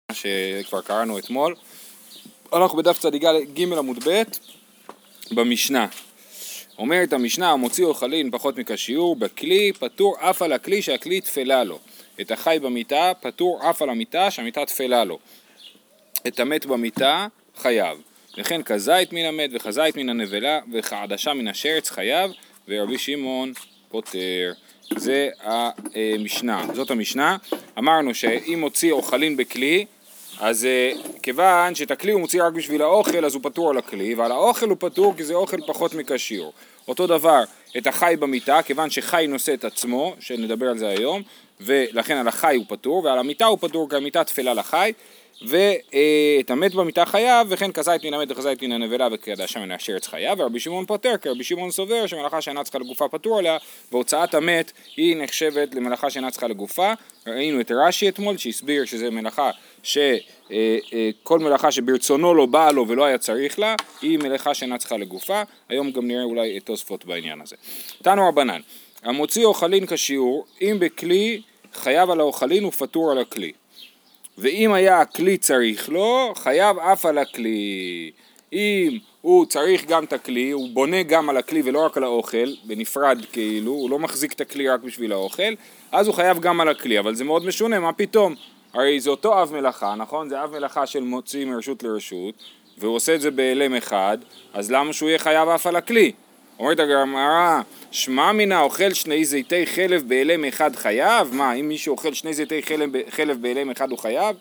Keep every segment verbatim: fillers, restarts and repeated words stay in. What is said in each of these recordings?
שכבר קראנו אתמול. אנחנו בדף צדיק ג' עמוד ב' במשנה. אומרת המשנה, המוציא אוכלין פחות מכשיעור בכלי, פטור אף על הכלי שהכלי תפלה לו. את החי במיטה, פטור אף על המיטה שהמיטה תפלה לו. את המת במיטה, חייב. וכן כזית מן המת וכזית מן הנבלה וכעדשה מן השרץ חייב, ורבי שמעון פוטר. זה המשנה, זאת המשנה. אמרנו שאם מוציא אוכלין בכלי, אז כיוון שאת הכלי הוא מוציא רק בשביל האוכל, אז הוא פטור על הכלי, ועל האוכל הוא פטור כי זה אוכל פחות מכשיר. אותו דבר, את החי במיטה, כיוון שחי נושא את עצמו, שנדבר על זה היום, ולכן על החי הוא פטור, ועל המיטה הוא פטור כי המיטה תפלה לחי, ואת המת במיטה חייב, וכן כזית מן המת וכזית מן הנבלה וכעדשה מן השרץ חייב, ורבי שמעון פוטר, כי רבי שמעון סובר שמלאכה שאינה צריכה לגופה פטור עליה, והוצאת המת היא נחשבת למלאכה שאינה צריכה לגופה. ראינו את רש"י אתמול שהסביר שזה מלאכה שכל מלאכה שברצונו לא באה לו ולא היה צריך לה, היא מלאכה שאינה צריכה לגופה. היום גם נראה אולי את תוספות בעניין הזה. תנו רבנן, המוציא אוכלין כשיעור, אם בכלי חייב על האוכלין ופטור על הכלי. ואם היה הכלי צריך לו, חייב אף על הכלי. אם הוא צריך גם את הכלי, הוא בונה גם על הכלי ולא רק על האוכל, בנפרד כאילו, הוא לא מחזיק את הכלי רק בשביל האוכל, אז הוא חייב גם על הכלי, אבל זה מאוד משונה, מה פתאום? הרי זה אותו אב מלאכה, נכון? זה אב מלאכה של מוציא מרשות לרשות, והוא עושה את זה באלם אחד, אז למה שהוא יהיה חייב אף על הכלי? אומרת הגמרא, שמע מינה אוכל שני זיתי חלב באלם אחד חייב? מה, אם מישהו אוכל שני זיתי חלב, חלב באלם אחד הוא חייב?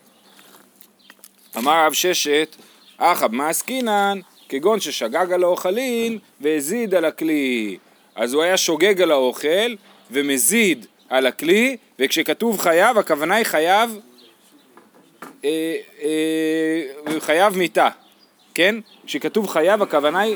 אמר רב ששת, אחב מה עסקינן? כגון ששגג על האוכלין והזיד על הכלי. אז הוא היה שוגג על האוכל ומזיד על הכלי, וכשכתוב חייב, הכוונה היא חייב, אה, אה, חייב מיטה, כן? כשכתוב חייב, הכוונה היא,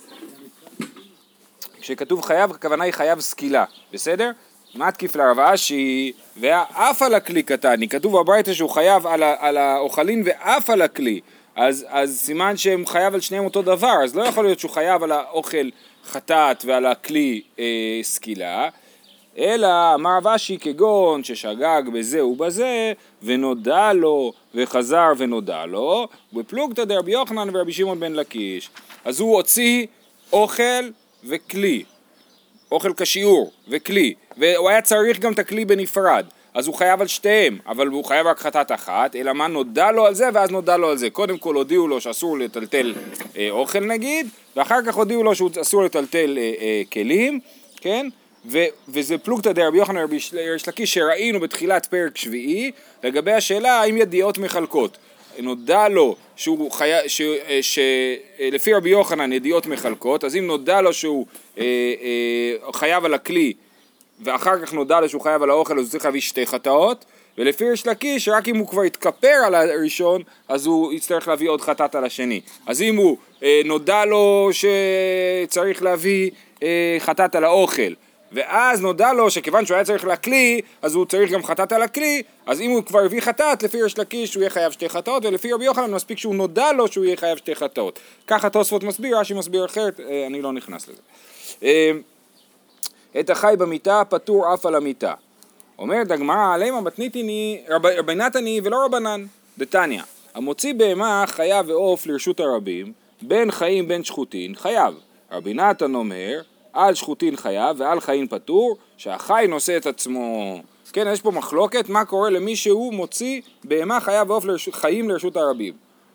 כשכתוב חייב, הכוונה היא חייב סקילה, בסדר? מה תקיף לרב אשי, ואף על הכלי קטני, כתוב בברייתא שהוא חייב על, על האוכלין ואף על הכלי, אז, אז סימן שהם חייב על שניהם אותו דבר, אז לא יכול להיות שהוא חייב על האוכל חטאת ועל הכלי אה, סקילה, אלא אמר רב אשי כגון ששגג בזה ובזה, ונודע לו וחזר ונודע לו, בפלוגתא דרבי יוחנן ורבי שמעון בן לקיש. אז הוא הוציא אוכל וכלי, אוכל כשיעור וכלי, והוא היה צריך גם את הכלי בנפרד, אז הוא חייב על שתיהם, אבל הוא חייב רק חטאת אחת, אלא מה נודע לו על זה ואז נודע לו על זה. קודם כל הודיעו לו שאסור לטלטל אה, אוכל נגיד, ואחר כך הודיעו לו שאסור לטלטל אה, אה, כלים, כן? ו- וזה פלוגתא דרבי יוחנן ורבי ריש לקיש שראינו בתחילת פרק שביעי, לגבי השאלה האם ידיעות מחלקות. נודע לו שהוא חי... ש... שלפי רבי יוחנן ידיעות מחלקות, אז אם נודע לו שהוא אה, אה, חייב על הכלי, ואחר כך נודע לו שהוא חייב על האוכל, אז הוא צריך להביא שתי חטאות, ולפי ריש לקיש, רק אם הוא כבר יתכפר על הראשון, אז הוא יצטרך להביא עוד חטאת על השני. אז אם הוא אה, נודע לו שצריך להביא אה, חטאת על האוכל, ואז נודע לו שכיוון שהוא היה צריך לכלי, אז הוא צריך גם חטאת על הכלי, אז אם הוא כבר הביא חטאת, לפי ריש לקיש הוא יהיה חייב שתי חטאות, ולפי רבי יוחנן מספיק שהוא נודע לו שהוא יהיה חייב שתי חטאות. ככה תוספות מסביר, רש"י מסביר אחרת, אני לא נכנס לזה. את החי במיטה פטור אף על המיטה. אומרת הגמרא, עלימה מתניתיני, רבי נתני ולא רבנן, דתניא. המוציא בהמה חיה ועוף לרשות הרבים, בין חיים בין שחוטין חייב. רבי נתן אומר, על שחוטין חייב ועל חיים פטור, שהחי נושא את עצמו. כן, יש פה מחלוקת מה קורה למי שהוא מוציא בהמה חיה ועוף לרשות, חיים לרשות הרבים.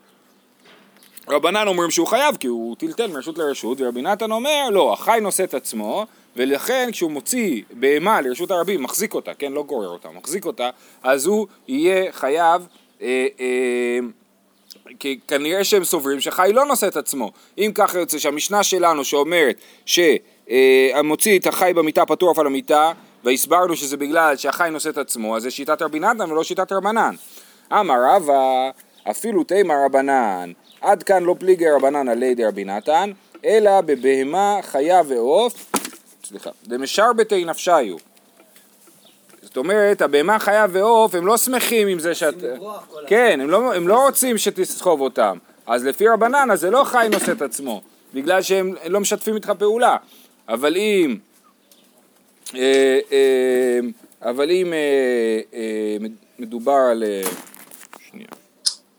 רבנן אומרים שהוא חייב כי הוא טלטל מרשות לרשות, ורבי נתן אומר לא, החי נושא את עצמו, ולכן כשהוא מוציא בהמה לרשות הרבים, מחזיק אותה, כן, לא גורר אותה, מחזיק אותה, אז הוא יהיה חייב, אה, אה, כי כנראה שהם סוברים שחי לא נושא את עצמו. אם ככה יוצא שהמשנה שלנו שאומרת שהמוציא את החי במיטה פטור אף על המיטה, והסברנו שזה בגלל שהחי נושא את עצמו, אז זה שיטת רבי נתן ולא שיטת רבנן. אמר רבא, אפילו תימא רבנן, עד כאן לא פליגי רבנן עלי דרבי נתן, אלא בבהמה חיה ועוף, סליחה, דמשרבתי נפשיו. זאת אומרת, הבהמה חיה ועוף, הם לא שמחים עם זה שאת... כן, הם לא, הם לא רוצים שתסחוב אותם. אז לפי רבנן, אז זה לא חי נושא את עצמו, בגלל שהם לא משתפים איתך פעולה. אבל אם... אה, אה, אבל אם אה, אה, מדובר על... שנייה.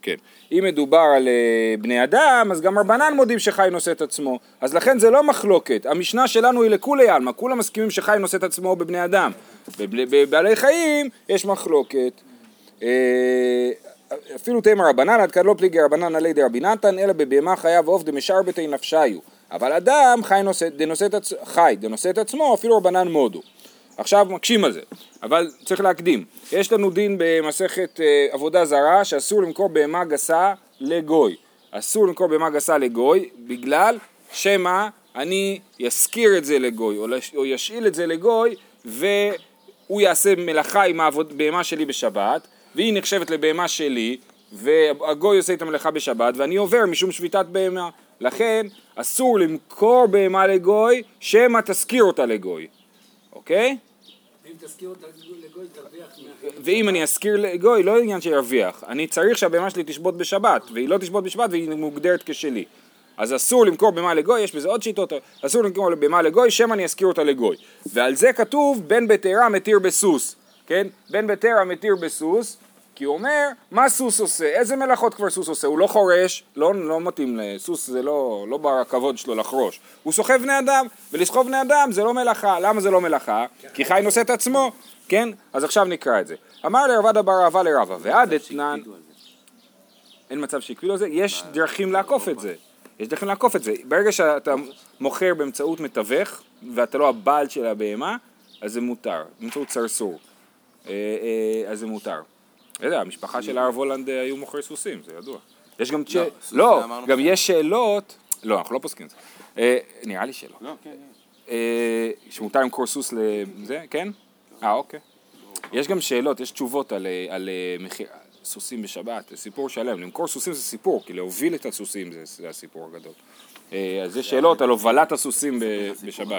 כן. אם מדובר על uh, בני אדם, אז גם רבנן מודים שחי נושא את עצמו. אז לכן זה לא מחלוקת. המשנה שלנו היא לכולי עלמא, כולם מסכימים שחי נושא את עצמו בבני אדם. בבעלי חיים יש מחלוקת. Uh, אפילו תימא רבנן, עד כאן לא פליגי רבנן עלי דרבי נתן, אלא בבהמה חיה ועוף דמשרבתי נפשיו. אבל אדם חי נושא, דנושא, חי, דנושא את עצמו, אפילו רבנן מודו. עכשיו מקשים על זה, אבל צריך להקדים. יש לנו דין במסכת אה, עבודה זרה שאסור למכור בהמה גסה לגוי. אסור למכור בהמה גסה לגוי בגלל שמה אני יזכיר את זה לגוי או, לש, או ישאיל את זה לגוי והוא יעשה מלאכה עם הבהמה שלי בשבת והיא נחשבת לבהמה שלי והגוי עושה את המלאכה בשבת ואני עובר משום שביתת בהמה. לכן אסור למכור בהמה לגוי שמה תזכיר אותה לגוי. אוקיי? אם תזכיר אותה לגוי תרוויח מהחיים. ואם אני אזכיר לגוי, לא עניין שירוויח. אני צריך שהבהמה שלי תשבות בשבת, והיא לא תשבות בשבת והיא מוגדרת כשלי. אז אסור למכור בהמה לגוי, יש בזה עוד שיטות, אסור למכור בהמה לגוי, שם אני אזכיר אותה לגוי. ועל זה כתוב, בן בתרה מתיר בסוס. כן? בן בתרה מתיר בסוס, כי הוא אומר, מה סוס עושה? איזה מלאכות כבר סוס עושה? הוא לא חורש, לא, לא מתאים לסוס, זה לא, לא בכבוד שלו לחרוש. הוא סוחב בני אדם, ולסחוב בני אדם זה לא מלאכה. למה זה לא מלאכה? כי חי נושא את עצמו, כן? אז עכשיו נקרא את זה. אמר לרבד בר רבא לרבא, ועד אתנן, אין מצב שיקביל על זה, יש דרכים לעקוף את זה. יש דרכים לעקוף את זה. ברגע שאתה מוכר באמצעות מתווך, ואתה לא הבעל של הבהמה, אז זה מותר. באמצעות צרסור. אז זה מותר. יודע, המשפחה של הרב הולנד היו מוכרי סוסים, זה ידוע. יש גם, לא, גם יש שאלות, לא, אנחנו לא פוסקים את זה. נראה לי שלא. לא, כן. שמותר למכור סוס לזה, כן? אה, אוקיי. יש גם שאלות, יש תשובות על מחיר סוסים בשבת, זה סיפור שלם. למכור סוסים זה סיפור, כי להוביל את הסוסים זה הסיפור הגדול. אז יש שאלות על הובלת הסוסים בשבת.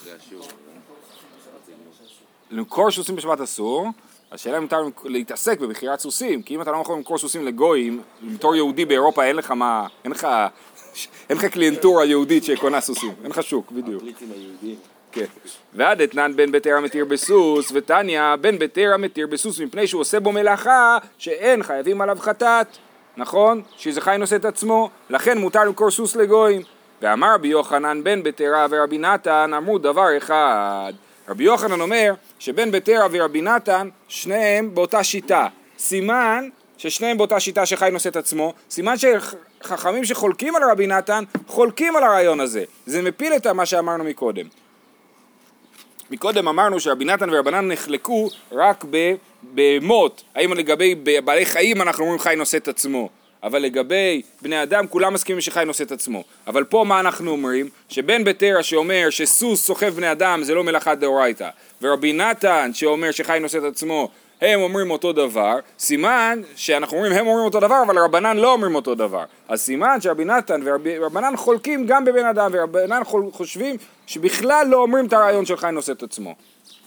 למכור סוסים בשבת אסור. השאלה אם מותר להתעסק במכירת סוסים, כי אם אתה לא יכול למכור סוסים לגויים, בתור יהודי באירופה אין לך מה, אין לך, אין לך קליינטורה יהודית שקונה סוסים, אין לך שוק, בדיוק. הפליטים היהודים. כן. ועד אתנן בן בתרה מתיר בסוס, ותניא בן בתרה מתיר בסוס מפני שהוא עושה בו מלאכה שאין חייבים עליו חטאת, נכון? שזה חי נושא את עצמו, לכן מותר למכור סוס לגויים. ואמר רבי יוחנן בן בתרה ורבי נתן אמרו דבר אחד. רבי יוחנן אומר שבן בתרה ורבי נתן שניהם באותה שיטה. סימן ששניהם באותה שיטה שחי נושא את עצמו, סימן שחכמים שחולקים על רבי נתן חולקים על הרעיון הזה. זה מפיל את מה שאמרנו מקודם. מקודם אמרנו שרבי נתן ורבנן נחלקו רק במות. האם לגבי בעלי חיים אנחנו אומרים חי נושא את עצמו, אבל לגבי בני אדם כולם מסכימים שחי נושא את עצמו. אבל פה מה אנחנו אומרים? שבן בתרה שאומר שסוס סוחב בני אדם זה לא מלאכת דאורייתא, ורבי נתן שאומר שחי נושא את עצמו הם אומרים אותו דבר, סימן שאנחנו אומרים הם אומרים אותו דבר אבל רבנן לא אומרים אותו דבר. אז סימן שרבי נתן ורבנן חולקים גם בבן אדם, ורבנן חושבים שבכלל לא אומרים את הרעיון של חי נושא את עצמו.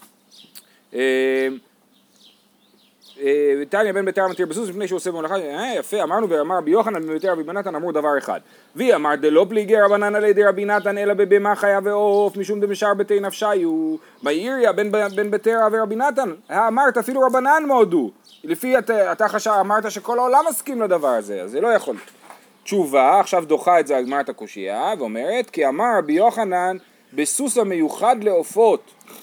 תניא בן בתרה מתיר בסוס מפני שהוא עושה במלאכה, יפה, אמרנו ואמר רבי יוחנן בן בתרה ורבי נתן אמרו דבר אחד. והיא אמר דלא פליגי רבנן עלי דרבי נתן אלא בבהמה חיה ועוף משום דמשרבתי נפשיו. בעיריה בן בתרה ורבי נתן אמרת אפילו רבנן מודו. לפי אתה חשב אמרת שכל העולם מסכים לדבר הזה, אז זה לא יכול. תשובה עכשיו דוחה את זה הגמרא את הקושייה ואומרת כי אמר רבי יוחנן בסוס המיוחד לעופות.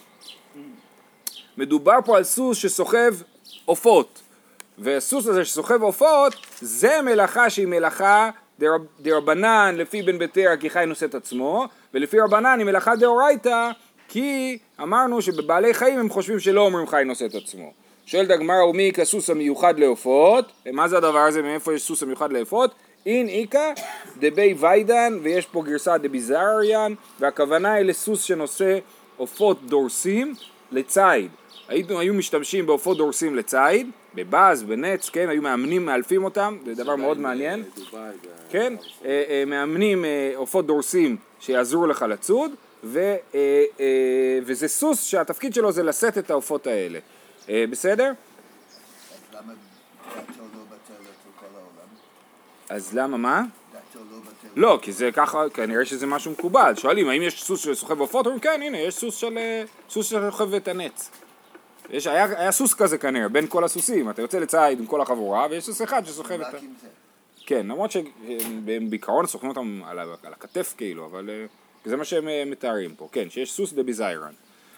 מדובר פה על סוס שסוחב עופות, והסוס הזה שסוחב עופות זה מלאכה שהיא מלאכה דרב, דרבנן לפי בן בתרה כי חי נושא את עצמו, ולפי רבנן היא מלאכה דאורייתא כי אמרנו שבבעלי חיים הם חושבים שלא אומרים חי נושא את עצמו. שואלת הגמרא ומי כסוס המיוחד לעופות, מה זה הדבר הזה, מאיפה יש סוס המיוחד לעופות? אין איקה דבי ויידן, ויש פה גרסה דביזריאן, והכוונה היא לסוס שנושא עופות דורסים לציד. היו, היו משתמשים בעופות דורסים לציד, בבאז, בנץ, כן, היו מאמנים, מאלפים אותם, זה דבר מאוד מעניין. כן, מאמנים עופות דורסים שיעזרו לך לצוד, ו, וזה סוס שהתפקיד שלו זה לשאת את העופות האלה. בסדר? אז למה דעתו לא בטל אצל כל העולם? אז למה מה? דעתו לא בטל. לא, כי זה ככה, כנראה שזה משהו מקובל. שואלים, האם יש סוס שסוחב עופות? אומרים, כן, הנה, יש סוס של סוס שסוחב את הנץ. יש, היה, היה סוס כזה כנראה, בין כל הסוסים, אתה יוצא לצייד עם כל החבורה, ויש סוס אחד שסוחב את ה... כן, למרות שהם בעיקרון סוכנים אותם על, על הכתף כאילו, אבל זה מה שהם מתארים פה, כן, שיש סוס דביזיירן.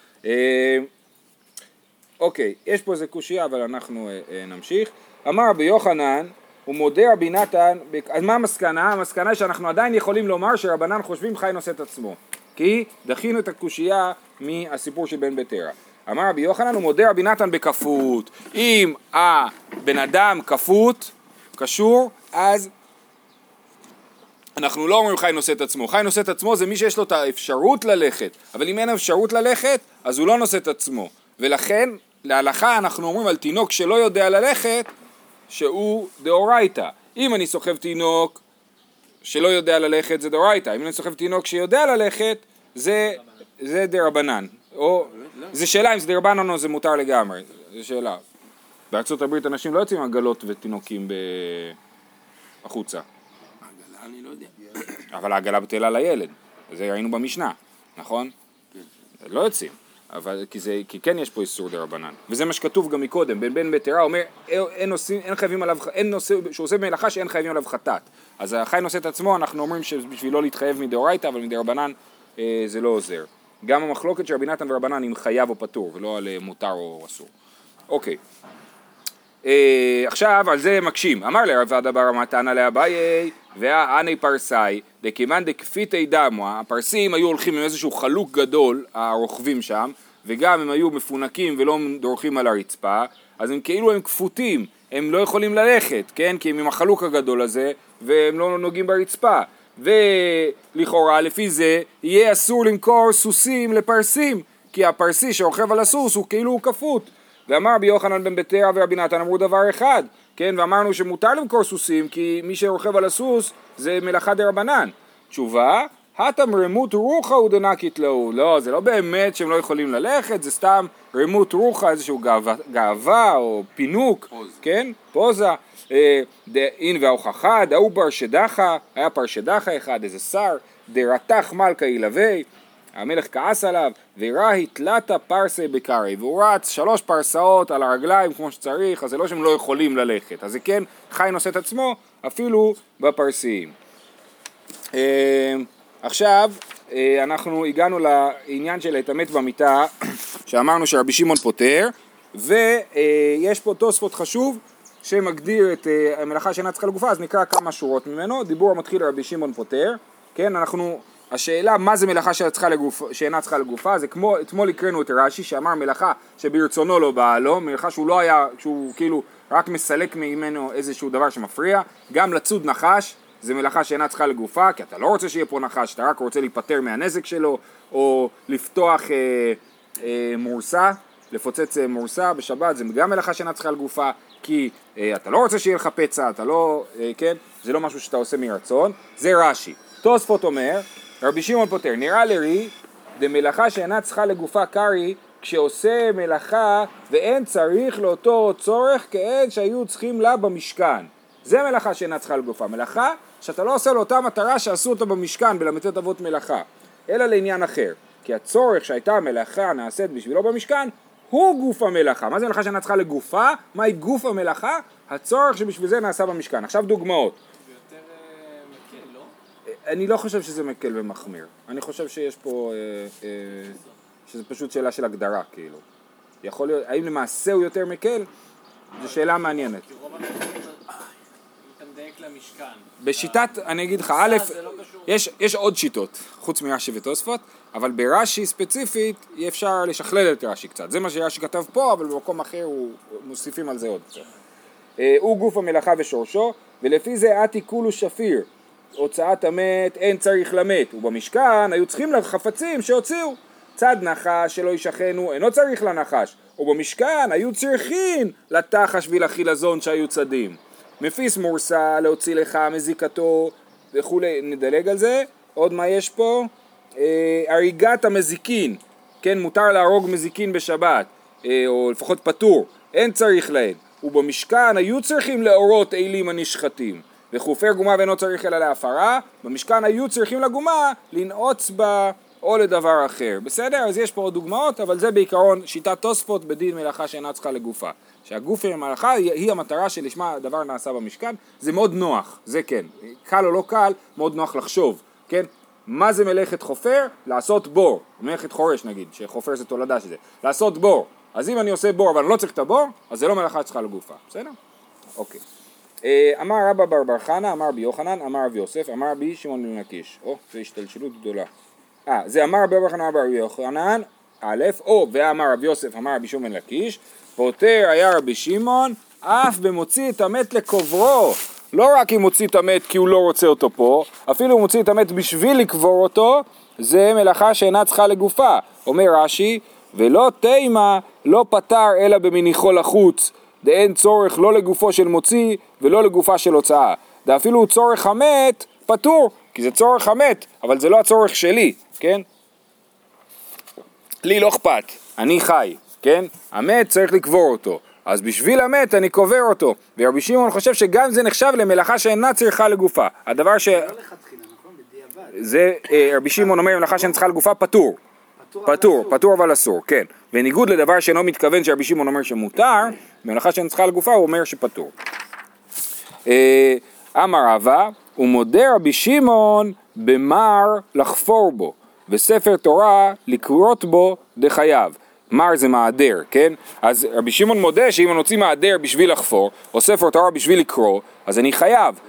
אוקיי, יש פה איזה קושייה, אבל אנחנו נמשיך. אמר רבי יוחנן, הוא מודה רבי נתן, אז מה המסקנה? המסקנה היא שאנחנו עדיין יכולים לומר שרבנן חושבים חי נושא את עצמו, כי דחינו את הקושייה מהסיפור של בן ביתרא. אמר רבי יוחנן, הוא מודה רבי נתן בכפות. אם הבן אדם כפות, קשור, אז אנחנו לא אומרים חי נושא את עצמו. חי נושא את עצמו זה מי שיש לו את האפשרות ללכת, אבל אם אין אפשרות ללכת, אז הוא לא נושא את עצמו. ולכן, להלכה אנחנו אומרים על תינוק שלא יודע ללכת, שהוא דאורייתא. אם אני סוחב תינוק שלא יודע ללכת, זה דאורייתא. אם אני סוחב תינוק שיודע ללכת, זה, זה דרבנן. או, זה שאלה אם זה דרבנן או זה מותר לגמרי. זה שאלה. בארצות הברית אנשים לא יוצאים עגלות ותינוקים בחוצה. עגלה אני לא יודע. אבל העגלה בטלה לילד. זה ראינו במשנה, נכון? כן. לא יוצאים. אבל כי, זה, כי כן יש פה איסור דרבנן, וזה מה שכתוב גם מקודם, בן בן ביתרא אומר, אין נושאים, אין חייבים עליו, אין נושא, שהוא עושה במלאכה שאין חייבים עליו חטאת. אז החי נושא את עצמו, אנחנו אומרים שבשביל לא להתחייב מדאורייתא, אבל מדרבנן אה, זה לא עוזר. גם המחלוקת של רבי נתן ורבנן אם חייב או פטור, ולא על מותר או אסור. אוקיי. אה, עכשיו על זה מקשים. אמר לרב עדה בר מתנא לאביי, והאני פרסאי, דכיוון דכפיתי דמו, הפרסים היו הולכים עם איזשהו חלוק גדול, הרוכבים שם, וגם הם היו מפונקים ולא דורכים על הרצפה, אז הם כאילו הם כפותים, הם לא יכולים ללכת, כן? כי הם עם החלוק הגדול הזה, והם לא נוגעים ברצפה. ולכאורה לפי זה יהיה אסור למכור סוסים לפרסים, כי הפרסי שרוכב על הסוס הוא כאילו הוא כפות. ואמר רבי יוחנן בן ביתרא ורבי נתן אמרו דבר אחד, כן? ואמרנו שמותר למכור סוסים, כי מי שרוכב על הסוס זה מלאכה דרבנן. תשובה, הטם רמות רוחה ודנקית לו. לא, זה לא באמת שהם לא יכולים ללכת, זה סתם רמות רוחה, איזשהו גאווה, גאווה או פינוק, פוז. כן? פוזה. אה, אין וההוכחה, דאו פרשדחה, היה פרשדחה אחד, איזה שר, דרתח מלכה ילווה, המלך כעס עליו, וראה התלתה פרסה בקרי, והוא רץ שלוש פרסאות על הרגליים כמו שצריך, אז זה לא שהם לא יכולים ללכת, אז זה כן חי נושא את עצמו, אפילו בפרסיים. אה, עכשיו, אנחנו הגענו לעניין של להתאמת במיטה, שאמרנו שרבי שמעון פותר, ויש פה תוספות חשוב שמגדיר את המלאכה שאינה צריכה לגופה, אז נקרא כמה שורות ממנו. דיבור המתחיל לרבי שמעון פותר, כן, אנחנו, השאלה מה זה מלאכה שאינה צריכה לגופה, זה כמו, אתמול הקראנו את רש"י שאמר מלאכה שברצונו לא באה לו, מלאכה שהוא לא היה, שהוא כאילו רק מסלק ממנו איזשהו דבר שמפריע, גם לצוד נחש, זה מלאכה שאינה צריכה לגופה, כי אתה לא רוצה שיהיה פה נחש, אתה רק רוצה להיפטר מהנזק שלו, או לפתוח אה, אה, מורסה, לפוצץ אה, מורסה בשבת, זה גם מלאכה שאינה צריכה לגופה, כי אה, אתה לא רוצה שיהיה לך פצע, אתה לא, אה, כן, זה לא משהו שאתה עושה מרצון, זה רש"י. תוספות אומר, רבי שמעון פותר, נראה לרי, דמלאכה שאינה צריכה לגופה קרי, כשעושה מלאכה ואין צריך לאותו צורך כעד שהיו צריכים לה במשכן. זה מלאכה שאינה צריכה לגופה, מלאכה שאתה לא עושה לאותה מטרה שעשו אותה במשכן בל"ט אבות מלאכה, אלא לעניין אחר, כי הצורך שהייתה המלאכה נעשית בשבילו במשכן הוא גוף המלאכה. מה זה מלאכה שאינה צריכה לגופה? מהי גוף המלאכה? הצורך שבשביל זה נעשה במשכן. עכשיו דוגמאות. זה יותר מקל, לא? אני לא חושב שזה מקל ומחמיר, אני חושב שיש פה, אה, אה, שזה פשוט שאלה של הגדרה כאילו. יכול להיות, האם למעשה הוא יותר מקל? זו שאלה מעניינת. למשכן. בשיטת, אני אגיד לך, א', יש, יש עוד שיטות, חוץ מרש"י ותוספות, אבל ברש"י ספציפית אי אפשר לשכלל את רש"י קצת. זה מה שרש"י כתב פה, אבל במקום אחר הוא מוסיפים על זה עוד קצת. הוא גוף המלאכה ושורשו, ולפי זה עתי כולו שפיר, הוצאת המת אין צריך למת, ובמשכן היו צריכים לחפצים שהוציאו. צד נחש שלא ישכנו אינו צריך לנחש, ובמשכן היו צריכים לתחש ולחילזון שהיו צדים. מפיס מורסה להוציא לך מזיקתו וכולי, נדלג על זה. עוד מה יש פה? אה, הריגת המזיקין, כן, מותר להרוג מזיקין בשבת, אה, או לפחות פטור, אין צריך להן. ובמשכן היו צריכים לאורות אילים הנשחטים, וחופר גומה ואינו צריך אלא להפרה, במשכן היו צריכים לגומה לנעוץ בה או לדבר אחר. בסדר? אז יש פה עוד דוגמאות, אבל זה בעיקרון שיטת תוספות בדין מלאכה שאינה צריכה לגופה. שהגוף של המלאכה היא, היא המטרה שלשמה הדבר נעשה במשכן, זה מאוד נוח, זה כן, קל או לא קל, מאוד נוח לחשוב, כן? מה זה מלאכת חופר? לעשות בור, מלאכת חורש נגיד, שחופר זה תולדה של זה, לעשות בור, אז אם אני עושה בור אבל אני לא צריך את הבור, אז זה לא מלאכה שצריכה לגופה, בסדר? אוקיי. אמר רבא בר בר חנא, אמר רבי יוחנן, אמר רבי יוסף, אמר רבי שמעון בן לקיש. או, זו השתלשלות גדולה. אה, זה אמר רבי בר חנא, אמר רבי יוחנן, א', או, ואמר רבי יוסף, אמר רבי שמעון בן לקיש, פוטר היה רבי שמעון, אף במוציא את המת לקוברו. לא רק אם מוציא את המת כי הוא לא רוצה אותו פה, אפילו אם מוציא את המת בשביל לקבור אותו, זה מלאכה שאינה צריכה לגופה. אומר רש"י, ולא תימה, לא פטר אלא במניחו לחוץ. ואין צורך לא לגופו של מוציא ולא לגופה של הוצאה. ואפילו צורך המת פטור, כי זה צורך המת, אבל זה לא הצורך שלי, כן? לי לא אכפת, אני חי, כן? המת צריך לקבור אותו, אז בשביל המת אני קובר אותו. ורבי שמעון חושב שגם זה נחשב למלאכה שאינה צריכה לגופה. הדבר ש... לא לכתחילה, נכון? בדיעבד. זה, רבי שמעון אומר, מלאכה שאינה צריכה לגופה פטור. פטור, פטור אבל אסור, כן. בניגוד לדבר שאינו מתכוון שרבי שמעון אומר שמותר, במלאכה שאין צריכה לגופה הוא אומר שפטור. אמר רבא, ומודה רבי שמעון במר לחפור בו, וספר תורה לקרות בו דחייב. מר זה מעדר, כן? אז רבי שמעון מודה שאם אני נוציא מעדר בשביל לחפור, או ספר תורה בשביל לקרוא, אז אני חייב.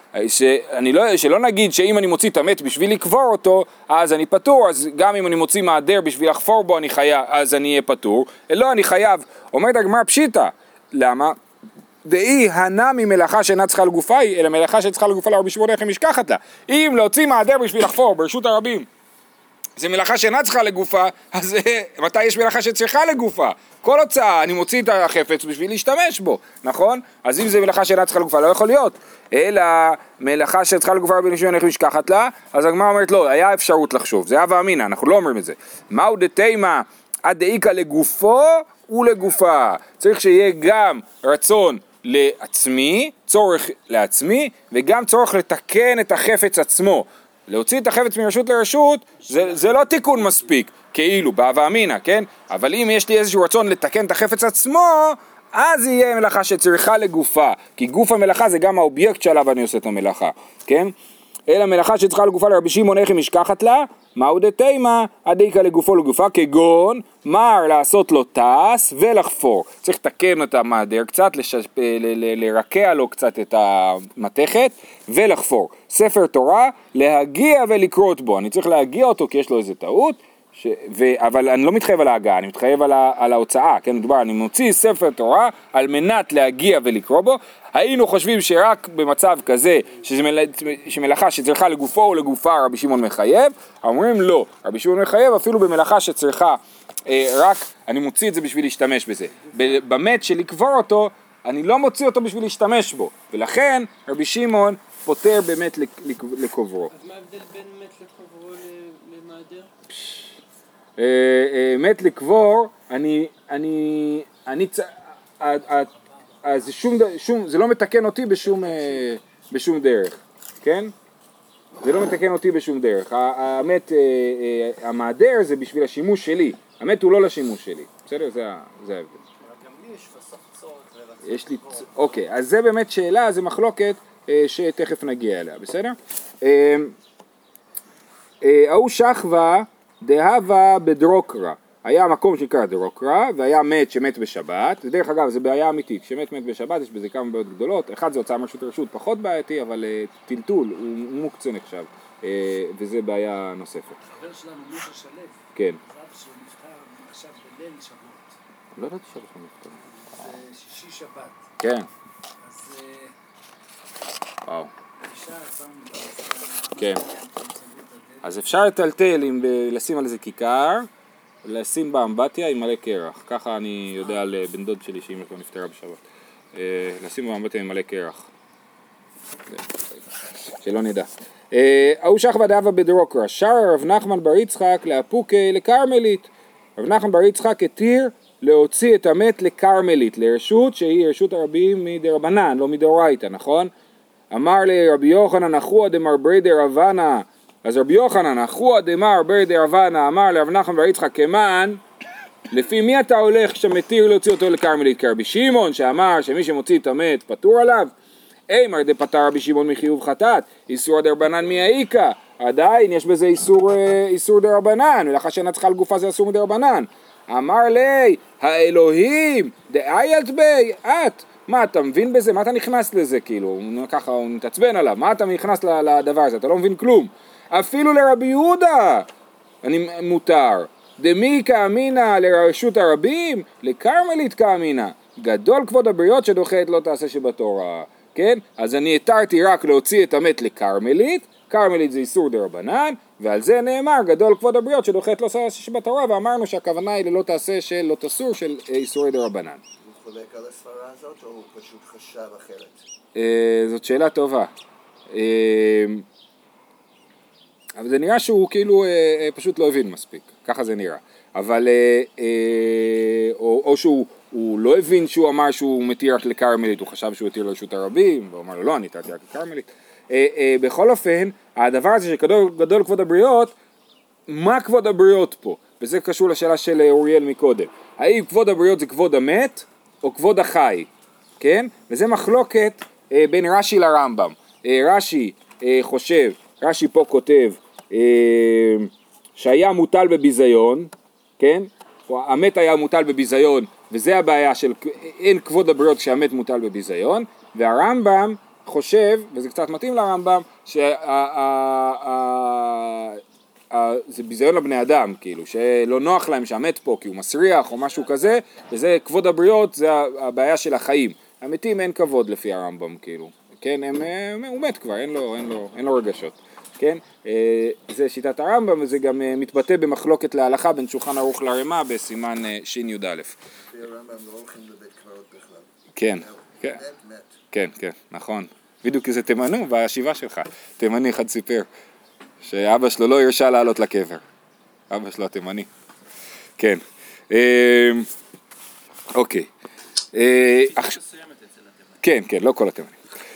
שאני לא, שלא נגיד שאם אני מוציא את המת בשביל לקבור אותו, אז אני פטור, אז גם אם אני מוציא מעדר בשביל לחפור בו, אני חייב, אז אני אהיה פטור. לא, אני חייב. אומרת הגמרא פשיטא. למה? דאי הנה ממלאכה שאינה צריכה לגופה היא, אלא מלאכה שצריכה לגופה לרבי שמעון איך היא משכחת לה. אם להוציא מעדר בשביל לחפור ברשות הרבים, זה מלאכה שאינה צריכה לגופה, אז מתי יש מלאכה שצריכה לגופה? כל הוצאה, אני מוציא את החפץ בשביל להשתמש בו, נכון? אז אם זה מלאכה שאינה צריכה לגופה, לא יכול להיות. אלא מלאכה שצריכה לגופה רבי שמעון איך משכחת לה, אז הגמרא אומרת לא, היה אפשרות לחשוב, זה הווה אמינא, אנחנו לא אומרים את זה. מהו דתימה עד דאיקה לגופו ולגופה. צריך שיהיה גם רצון לעצמי, צורך לעצמי, וגם צורך לתקן את החפץ עצמו. להוציא את החפץ מרשות לרשות, זה, זה לא תיקון מספיק, כאילו, בהווה אמינא, כן? אבל אם יש לי איזשהו רצון לתקן את החפץ עצמו, אז יהיה מלאכה שצריכה לגופה, כי גוף המלאכה זה גם האובייקט שעליו אני עושה את המלאכה, כן? אלא מלאכה שצריכה לגופה לרבי שמעון איך היא משכחת לה, מהו דתימה, עדיקה לגופו לגופה, כגון מר לעשות לו טס ולחפור. צריך לתקן את המעדר קצת, לשפ... ל... ל... לרקע לו קצת את המתכת ולחפור. ספר תורה, להגיע ולקרות בו. אני צריך להגיע אותו כי יש לו איזה טעות, ש... ו... אבל אני לא מתחייב על ההגעה, אני מתחייב על, ה... על ההוצאה. כן, מדובר, אני מוציא ספר תורה על מנת להגיע ולקרוא בו. היינו חושבים שרק במצב כזה, שזה מל... שמלאכה שצריכה לגופו או לגופה רבי שמעון מחייב, אומרים לא, רבי שמעון מחייב אפילו במלאכה שצריכה אה, רק, אני מוציא את זה בשביל להשתמש בזה. באמת שלקבור אותו, אני לא מוציא אותו בשביל להשתמש בו, ולכן רבי שמעון פותר באמת לקוברו. אז מה ההבדל בין מת לקוברו למעדר? אה, אה, מת לקבור, אני, אני, אני, אני אז זה, שום, שום, זה לא מתקן אותי בשום, בשום דרך, כן? זה לא מתקן אותי בשום דרך. האמת, המעדר זה בשביל השימוש שלי, האמת הוא לא לשימוש שלי, בסדר? זה ההבדל. גם לי יש בסוף צורך לרצון. יש לי, אוקיי, אז זה באמת שאלה, זה מחלוקת שתכף נגיע אליה, בסדר? ההוא שכבה דהבה בדרוקרא. היה מקום שנקרא דרוקרא, והיה מת שמת בשבת, ודרך אגב זה בעיה אמיתית, כשמת מת בשבת יש בזה כמה בעיות גדולות, אחד זה הוצאה מרשות לרשות פחות בעייתי, אבל uh, טלטול הוא מוקצה נחשב, uh, וזה בעיה נוספת. חבר שלנו משה שלו, כן. רב שהוא נפטר עכשיו בליל שבועות. לא ידעתי שלך נפטר. זה שישי שבת. כן. אז וואו. אישה פעם... כן. אז אפשר לטלטל עם לשים על זה כיכר, לשים באמבטיה עם מלא קרח, ככה אני יודע על בן דוד שלי שאמא שלו נפטרה בשבת, לשים באמבטיה עם מלא קרח, שלא נדע. ההוא שכבה דהבה בדרוקרא, שר רב נחמן בר יצחק לאפוקי לקרמלית. רב נחמן בר יצחק התיר להוציא את המת לקרמלית, לרשות שהיא רשות הרבים מדרבנן, לא מדאורייתא, נכון? אמר לי רבי יוחנן אחוה דמרברי דרבנן, אז רבי יוחנן, אחוה דמר בר דרבנן, אמר לרב נחמן בר יצחק כמן, לפי מי אתה הולך שמתיר להוציא אותו לכרמלית? כרבי שמעון שאמר שמי שמוציא את המת פטור עליו? אימר דפטר רבי שמעון מחיוב חטאת, איסור דרבנן מהאיכא, עדיין יש בזה איסור, איסור דרבנן, ולאחר שאינה צריכה על גופה זה אסור מדרבנן. אמר לי, האלוהים, דאיילת בי, את, מה אתה מבין בזה? מה אתה נכנס לזה? כאילו, ככה הוא מתעצבן עליו, מה אתה נכנס לדבר הזה? אתה לא מבין כלום. אפילו לרבי יהודה, אני מותר. דמי כאמינה לרשות הרבים, לכרמלית כאמינה. גדול כבוד הבריות שדוחת לא תעשה שבתורה. כן? אז אני התרתי רק להוציא את המת לכרמלית, כרמלית זה איסור דרבנן, ועל זה נאמר גדול כבוד הבריות שדוחת לא תעשה שבתורה, ואמרנו שהכוונה היא ללא תעשה של לא תסור של איסורי דרבנן. הוא חולק על הסברה הזאת או הוא פשוט חשב אחרת? זאת שאלה טובה. אבל זה נראה שהוא כאילו פשוט לא הבין מספיק, ככה זה נראה. אבל, או, או שהוא הוא לא הבין שהוא אמר שהוא מתיר רק לכרמלית, הוא חשב שהוא התיר לרשות הרבים, והוא אמר לו לא, אני התרתי רק לכרמלית. בכל אופן, הדבר הזה שגדול גדול כבוד הבריות, מה כבוד הבריות פה? וזה קשור לשאלה של אוריאל מקודם. האם כבוד הבריות זה כבוד המת, או כבוד החי? כן? וזה מחלוקת בין רש"י לרמב"ם. רש"י חושב, רש"י פה כותב, שהיה מוטל בביזיון, כן? המת היה מוטל בביזיון, וזה הבעיה של אין כבוד הבריות כשהמת מוטל בביזיון, והרמב"ם חושב, וזה קצת מתאים לרמב"ם, שזה ביזיון לבני אדם, כאילו, שלא נוח להם שהמת פה כי הוא מסריח או משהו כזה, וזה כבוד הבריות, זה הבעיה של החיים. המתים אין כבוד לפי הרמב"ם, כאילו, כן, הם, הם, הוא מת כבר, אין לו, אין לו, אין לו רגשות. כן? זה שיטת הרמב"ם, וזה גם מתבטא במחלוקת להלכה בין שולחן ערוך לרמ"א בסימן ש"י א'. לפי הרמב"ם לא הולכים לבית קברות בכלל. כן, כן, כן, כן, נכון. בדיוק כי זה תימנו בישיבה שלך. תימני אחד סיפר שאבא שלו לא הרשה לעלות לקבר. אבא שלו התימני. כן. אוקיי. כן, כן, לא כל התימנים.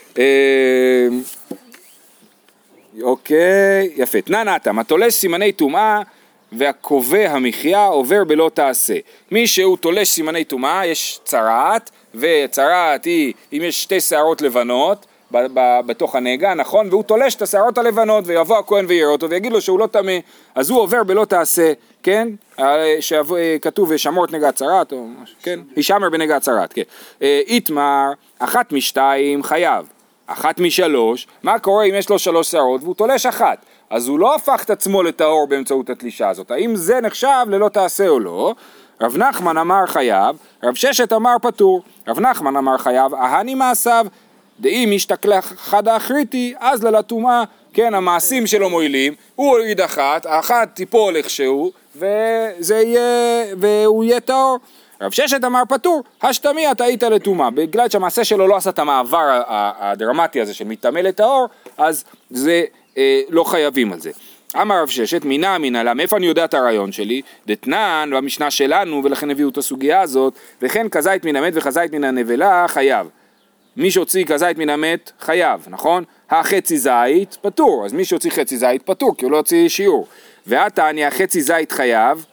אוקיי, יפה. תנן אתם, התולש סימני טומאה והקובע המחיה עובר בלא תעשה. מי שהוא תולש סימני טומאה, יש צרעת, וצרעת היא, אם יש שתי שערות לבנות בתוך הנגע, נכון? והוא תולש את השערות הלבנות, ויבוא הכהן ויראה אותו, ויגיד לו שהוא לא טמא, אז הוא עובר בלא תעשה, כן? שכתוב שמור את נגע הצרעת, או משהו, כן? ישמר בנגע הצרעת, כן. איתמר, אחת משתיים חייב. אחת משלוש, מה קורה אם יש לו שלוש שערות והוא תולש אחת? אז הוא לא הפך את עצמו לטהור באמצעות התלישה הזאת. האם זה נחשב ללא תעשה או לא? רב נחמן אמר חייב, רב ששת אמר פטור. רב נחמן אמר חייב, אהני מעשיו, דאם ישתכלח חד האחריתי, אז ללטומאה, כן, המעשים שלו מועילים, הוא הוריד אחת, האחת תיפול איכשהו, וזה יהיה, והוא יהיה טהור. רב ששת אמר פטור, השתמי אתה היית לטומאה, בגלל שהמעשה שלו לא עשה את המעבר הדרמטי הזה של מטמא לטהור, אז זה אה, לא חייבים על זה. אמר רב ששת, מינה מינה לה, מאיפה אני יודע את הרעיון שלי? דתנן, במשנה שלנו, ולכן הביאו את הסוגיה הזאת, וכן כזית מן המת וכזית מן הנבלה, חייב. מי שהוציא כזית מן המת, חייב, נכון? החצי זית, פטור, אז מי שהוציא חצי זית, פטור, כי הוא לא הוציא שיעור. והתניא, החצי זית חייב,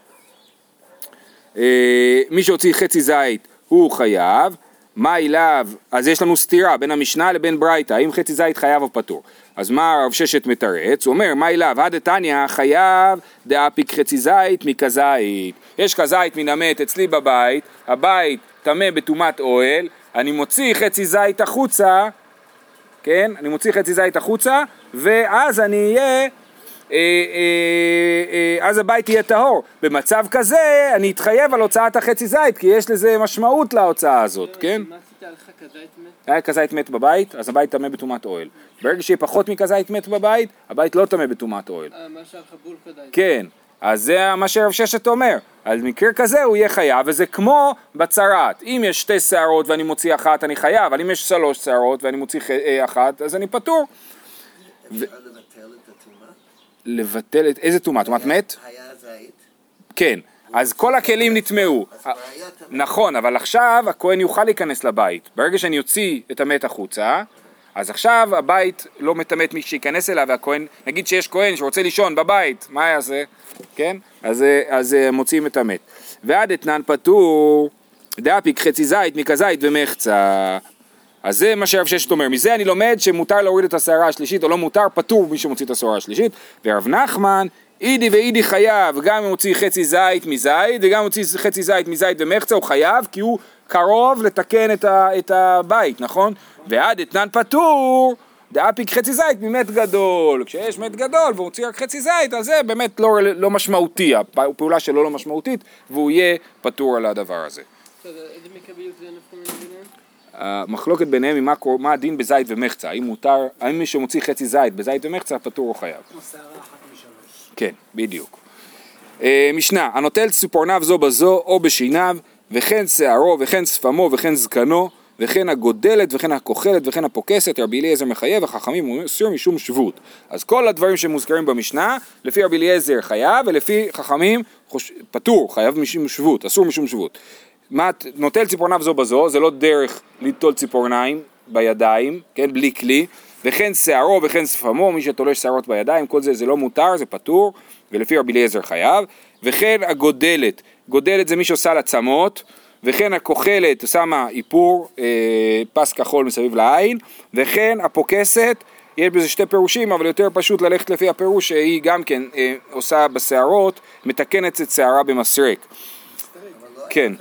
מי שהוציא חצי זית הוא חייב, מה אליו? אז יש לנו סתירה בין המשנה לבין ברייתא, האם חצי זית חייב או פטור? אז מה רב ששת מתרץ? הוא אומר, מה אליו? הדתניא חייב דאפיק חצי זית מכזית. יש כזית מן המת אצלי בבית, הבית טמא בטומאת אוהל, אני מוציא חצי זית החוצה, כן? אני מוציא חצי זית החוצה, ואז אני אהיה... אז הבית יהיה טהור. במצב כזה אני אתחייב על הוצאת החצי זית, כי יש לזה משמעות להוצאה הזאת, כן? מה עשית לך כזית מת? היה כזית מת בבית, אז הבית טמא בטומאת אוהל. ברגע שיהיה פחות מכזית מת בבית, הבית לא טמא בטומאת אוהל. אה, מה שהלך בול כדאי. כן, אז זה מה שרב ששת אומר. על מקרה כזה הוא יהיה חייב, וזה כמו בצרעת. אם יש שתי שערות ואני מוציא אחת, אני חייב, אבל אם יש שלוש שערות ואני מוציא אחת, אז אני פטור. אפשר לבטל את הטומאה? לבטל את איזה טומאה? טומאת מת? היה זית. כן, אז כל הכלים נטמעו. נכון, אבל עכשיו הכהן יוכל להיכנס לבית. ברגע שאני אוציא את המת החוצה, אז עכשיו הבית לא מטמאת מי שייכנס אליו, והכהן, נגיד שיש כהן שרוצה לישון בבית, מה יעשה? כן? אז, אז מוציאים את המת. ועד אתנן פטור, דאפיק חצי זית, מכזית ומחצה. אז זה מה שהרב ששת אומר. מזה אני לומד שמותר להוריד את השערה השלישית, או לא מותר, פטור מי שמוציא את השערה השלישית. והרב נחמן, אידי ואידי חייב, גם אם מוציא חצי זית מזית, וגם אם מוציא חצי זית מזית ומחצה, הוא חייב, כי הוא קרוב לתקן את, ה, את הבית, נכון? ועד אתנן פטור, דאפיק חצי זית ממת גדול. כשיש מת גדול והוא מוציא רק חצי זית, אז זה באמת לא, לא משמעותי, הפעולה שלו לא משמעותית, והוא יהיה פטור על הדבר הזה. איזה מקביות זה נפקו מביניהם? המחלוקת ביניהם היא מה, מה הדין בזית ומחצה, האם מותר, האם מי שמוציא חצי זית בזית ומחצה פטור או חייב. כמו שערה אחת משלוש. כן, בדיוק. אה, משנה, הנוטל ציפורניו זו בזו או בשיניו, וכן שערו וכן שפמו וכן זקנו, וכן הגודלת וכן הכוחלת וכן הפוקסת, רבי אליעזר מחייב, החכמים הוא אסור משום שבות. אז כל הדברים שמוזכרים במשנה, לפי רבי אליעזר חייב, ולפי חכמים חוש... פטור, חייב משום שבות, אסור משום שבות. מה, נוטל ציפורניו זו בזו, זה לא דרך לטול ציפורניים בידיים, כן, בלי כלי, וכן שערו וכן שפמו, מי שתולש שערות בידיים, כל זה זה לא מותר, זה פטור, ולפי רבי אליעזר חייב, וכן הגודלת, גודלת זה מי שעושה לעצמות, וכן הכוחלת שמה איפור, אה, פס כחול מסביב לעין, וכן הפוקסת, יש בזה שתי פירושים, אבל יותר פשוט ללכת לפי הפירוש שהיא גם כן אה, עושה בשערות, מתקנת את שערה במסרק. כן.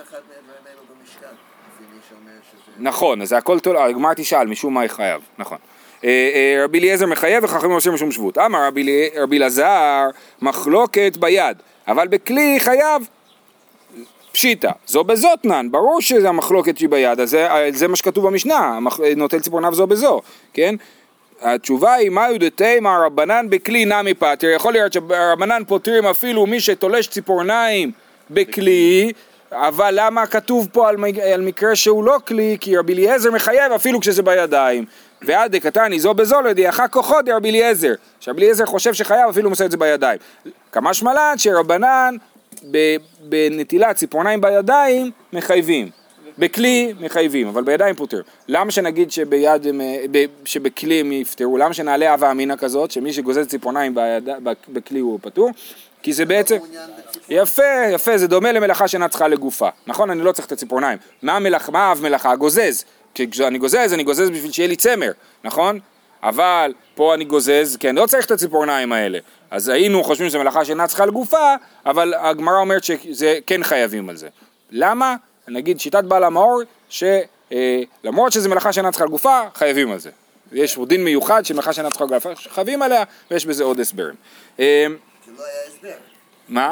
נכון, אז זה הכל טוב, הגמרא תשאל, משום מה היא חייב, נכון. רבי אליעזר מחייב וחכמים עושים משום שבות. אמר רבי אלעזר, מחלוקת ביד, אבל בכלי חייב. פשיטה, זו בזאתנן, ברור שזה המחלוקת שהיא ביד, אז זה, זה מה שכתוב במשנה, נוטל ציפורניו זו בזו, כן? התשובה היא, מה יודעתי מה רבנן בכלי נמי פטר, יכול להיות שרבנן פותרים אפילו מי שתולש ציפורניים בכלי, אבל למה כתוב פה על, על מקרה שהוא לא כלי, כי רבי אליעזר מחייב אפילו כשזה בידיים, ועד דקתני זו בזו לדיעך כוחו דרבי אליעזר, שרבי אליעזר חושב שחייב אפילו מוסר את זה בידיים, כמה שמלן שרבנן בנטילת ציפורניים בידיים מחייבים, בכלי מחייבים, אבל בידיים פותר. למה שנגיד שביד, שבכלי הם יפתרו? למה שנעלה אבה אמינה כזאת, שמי שגוזז ציפורניים ביד, בכלי הוא פתור? כי זה בעצם, יפה, יפה, זה דומה למלאכה שאינה צריכה לגופה. נכון, אני לא צריך את הציפורניים. מה המלאכה, מה אב מלאכה? גוזז. כשאני גוזז, אני גוזז בשביל שיהיה לי צמר, נכון? אבל פה אני גוזז, כי אני לא צריך את הציפורניים האלה. אז היינו חושבים שזה מלאכה שאינה צריכה לגופה, אבל הגמרא אומרת שזה כן חייבים על זה. למה? נגיד שיטת בעל המאור, שלמרות שזה מלאכה שאינה צריכה לגופה, חייבים על זה. יש דין מיוחד שמלאכה שאינה צריכה לגופה, חייבים עליה, ויש בזה עוד הסברים. זה לא היה הסבר. מה?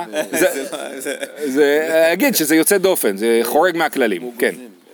זה, אגיד שזה יוצא דופן, זה חורג מהכללים, כן.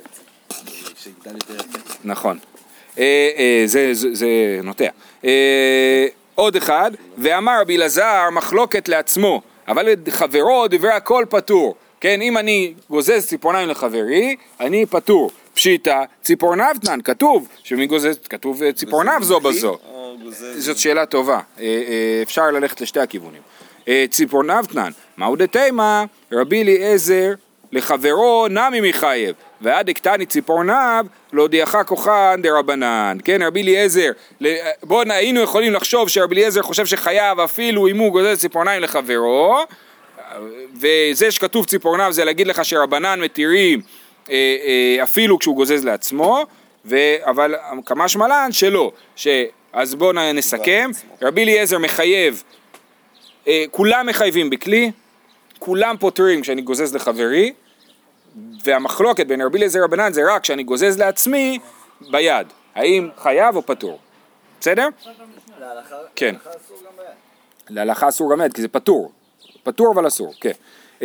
נכון. זה נוטע. עוד אחד, ואמר רבי אלעזר מחלוקת לעצמו, אבל חברו דברי הכל פטור. כן, אם אני גוזז ציפורניים לחברי, אני פטור. פשיטה, ציפורניו תנן, כתוב, שמי גוזז, כתוב ציפורניו זו בזו. זאת שאלה טובה, אפשר ללכת לשתי הכיוונים. ציפורניו תנן, מהו דתימה, רבי אליעזר לחברו נמי מחייב, ועד הקטני ציפורניו לא דיעך כוחן דרבנן. כן, רבי אליעזר, בואו היינו יכולים לחשוב שרבי אליעזר חושב שחייב אפילו אם הוא גוזז ציפורניים לחברו, וזה שכתוב ציפורניו זה להגיד לך שרבנן מתירים אפילו כשהוא גוזז לעצמו, אבל כמה שמלן שלא, אז בואו נסכם, רבי אליעזר מחייב, כולם מחייבים בכלי, כולם פותרים כשאני גוזז לחברי, והמחלוקת בין רבי אליעזר רבנן זה רק כשאני גוזז לעצמי ביד, האם חייב או פטור, בסדר? להלכה כן. אסור גם ביד. להלכה אסור גם ביד, כי זה פטור, פטור אבל אסור, כן.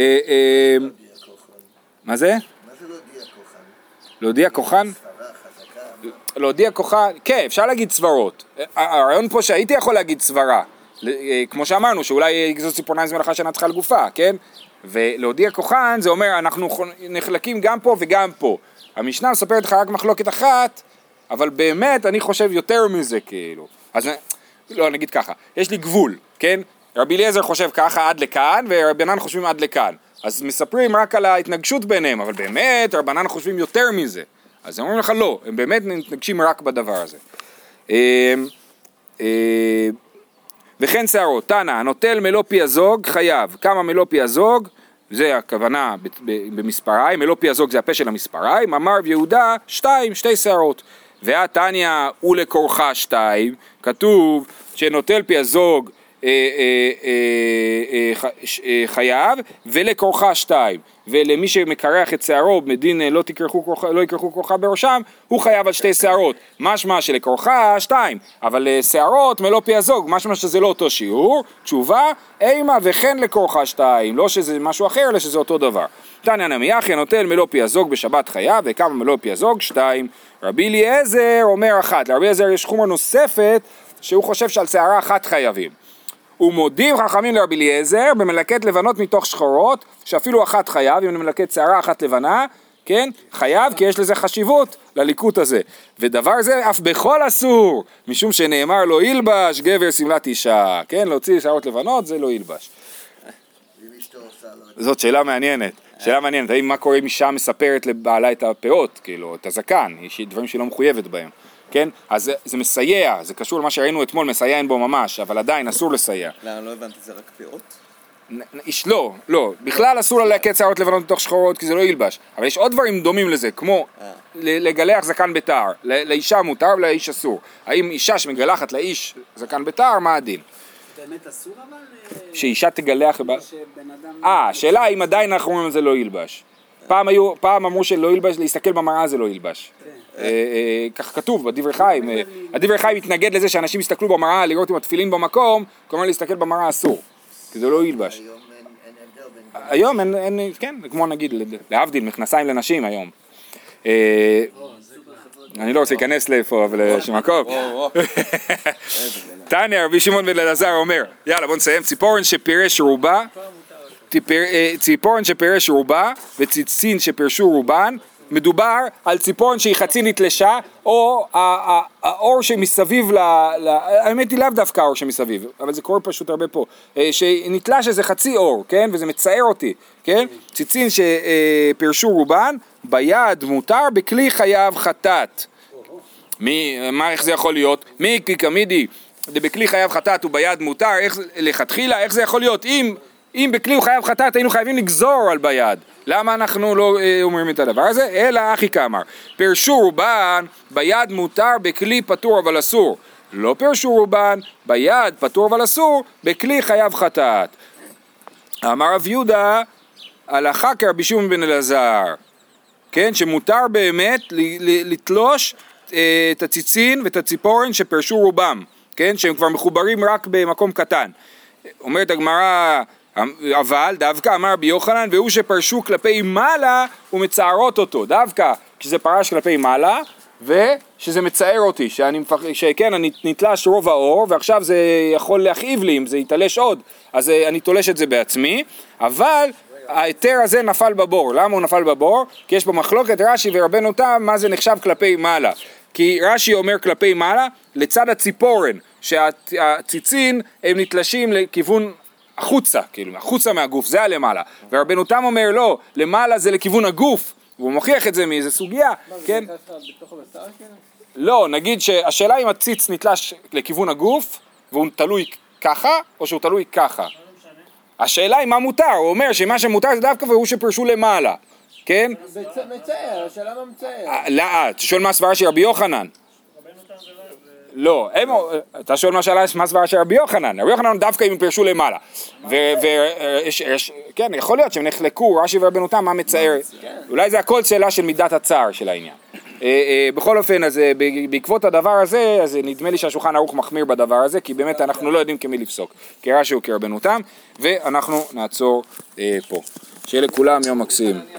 מה זה? מה זה להודיע כוחן? להודיע כוחן? סברה, חזקה. להודיע כוחן, כן, אפשר להגיד סברות. הרעיון פה שהייתי יכול להגיד סברה, כמו שאמרנו, שאולי יגזוז ציפורניים זה מלאכה שאינה צריכה לגופה, כן? ולהודיע כוחן זה אומר, אנחנו נחלקים גם פה וגם פה. המשנה מספרת לך רק מחלוקת אחת, אבל באמת אני חושב יותר מזה כאילו. אז לא, נגיד ככה, יש לי גבול, כן? רבי אליעזר חושב ככה עד לכאן, ורבנן חושבים עד לכאן. אז מספרים רק על ההתנגשות ביניהם, אבל באמת רבנן חושבים יותר מזה. אז הם אומרים לך לא, הם באמת מתנגשים רק בדבר הזה. אה, אה, וכן שערות, תנא, הנוטל מלוא פי הזוג חייב, כמה מלוא פי הזוג, זה הכוונה במספריים, מלוא פי הזוג זה הפה של המספריים, אמר יהודה שתיים, שתי שערות, והתניא ולקורחה שתיים, כתוב שנוטל פי הזוג אה, אה, אה, אה, חייב ולקורחה שתיים, ולמי שמקרח את שערו מדין לא תקרחו כורחה, לא יקרחו כורחה בראשם, הוא חייב על שתי שערות, משמע שלקורחה שתיים, אבל שערות מלוא פי הזוג, משמע שזה לא אותו שיעור, תשובה, אימה וכן לקורחה שתיים, לא שזה משהו אחר, אלא שזה אותו דבר. תניא נמי אחי נוטל מלוא פי הזוג בשבת חייב, וכמה מלוא פי הזוג שתיים. רבי אליעזר אומר אחת, לרבי אליעזר יש חומרה נוספת, שהוא חושב שעל שערה אחת חייבים. ומודים חכמים לרבי אליעזר במלקט לבנות מתוך שחורות, שאפילו אחת חייב, אם נמלקט שערה אחת לבנה, כן, חייב, כי יש לזה חשיבות לליקוט הזה. ודבר זה אף בכל אסור, משום שנאמר לא ילבש גבר שמלת אישה, כן, להוציא שערות לבנות זה לא ילבש. זאת שאלה מעניינת, שאלה מעניינת, האם מה קורה אם אישה מספרת לבעלה את הפאות, כאילו, את הזקן, יש דברים שהיא לא מחויבת בהם. כן? אז זה, זה מסייע, זה קשור למה שראינו אתמול, מסייע אין בו ממש, אבל עדיין אסור לסייע. לא, לא הבנתי, זה רק פאות? איש, לא, לא, בכלל אסור ללקט שערות לבנות מתוך שחורות, כי זה לא ילבש, אבל יש עוד דברים דומים לזה, כמו לגלח זקן בתער, לאישה מותר ולאיש אסור. האם אישה שמגלחת לאיש זקן בתער, מה הדין? באמת אסור אבל? שאישה תגלח... אה, השאלה אם עדיין אנחנו אומרים זה לא ילבש. פעם היו, פעם אמרו שלא ילבש, להסתכל במראה זה לא ילבש. כך כתוב בדברי חיים, הדברי חיים מתנגד לזה שאנשים יסתכלו במראה לראות אם התפילין במקום, כלומר להסתכל במראה אסור, כי זה לא ילבש. היום אין, אין, כן, כמו נגיד, להבדיל, מכנסיים לנשים היום. אני לא רוצה להיכנס לאיפה, אבל לשם מקום. תניא רבי שמעון בן אלעזר אומר, יאללה בוא נסיים, ציפורן שפירש רובה, ציפורן שפירש רובה וציצין שפירשו רובן, מדובר על ציפורן שהיא חצי נתלשה, או האור שמסביב, האמת היא לאו דווקא האור שמסביב, אבל זה קורה פשוט הרבה פה, שנתלש איזה חצי אור, כן, וזה מצער אותי, כן, ציצין שפירשו רובן, ביד מותר, בכלי חייב חטאת. מי, מה, איך זה יכול להיות? מי כקמידי, בכלי חייב חטאת וביד מותר, איך, לכתחילה, איך זה יכול להיות? אם, אם בכלי הוא חייב חטאת, היינו חייבים לגזור על ביד. למה אנחנו לא אה, אומרים את הדבר הזה? אלא אחי כאמר, פרשו רובן, ביד מותר, בכלי פטור אבל אסור. לא פרשו רובן, ביד פטור אבל אסור, בכלי חייב חטאת. אמר רב יהודה, הלכה כרבי שמעון בן אלעזר, כן, שמותר באמת לתלוש אה, את הציצין ואת הציפורן שפרשו רובם, כן, שהם כבר מחוברים רק במקום קטן. אומרת הגמרא, אבל דווקא אמר רבי יוחנן, והוא שפרשו כלפי מעלה ומצערות אותו, דווקא כשזה פרש כלפי מעלה ושזה מצער אותי, שאני מפח... שכן אני נתלש רוב האור ועכשיו זה יכול להכאיב לי אם זה יתלש עוד, אז אני תולש את זה בעצמי, אבל ההיתר הזה נפל בבור. למה הוא נפל בבור? כי יש פה מחלוקת רש"י ורבנו תם מה זה נחשב כלפי מעלה, כי רש"י אומר כלפי מעלה לצד הציפורן, שהציצין הם נתלשים לכיוון החוצה, כאילו, החוצה מהגוף, זה הלמעלה. ורבנו תם אומר, לא, למעלה זה לכיוון הגוף, והוא מוכיח את זה מאיזה סוגיה, כן? מה, זה ככה בתוך הבשר כאילו? לא, נגיד שהשאלה אם הציץ נתלש לכיוון הגוף, והוא תלוי ככה, או שהוא תלוי ככה. השאלה היא מה מותר, הוא אומר שמה שמותר זה דווקא והוא שפרשו למעלה, כן? מצער, השאלה מה מצער. לא, אתה שואל מה הסברה של רבי יוחנן? לא, הם, אתה שואל מה שאלה מה הסברה של רבי יוחנן, רבי יוחנן דווקא אם הם פרשו למעלה, כן, יכול להיות שהם נחלקו, רש"י ורבנו תם, מה מצער, אולי זה הכל שאלה של מידת הצער של העניין. בכל אופן, אז בעקבות הדבר הזה, אז נדמה לי שהשולחן ערוך מחמיר בדבר הזה, כי באמת אנחנו לא יודעים כמי לפסוק, כרש"י וכרבנו תם, ואנחנו נעצור פה. שיהיה לכולם יום מקסים.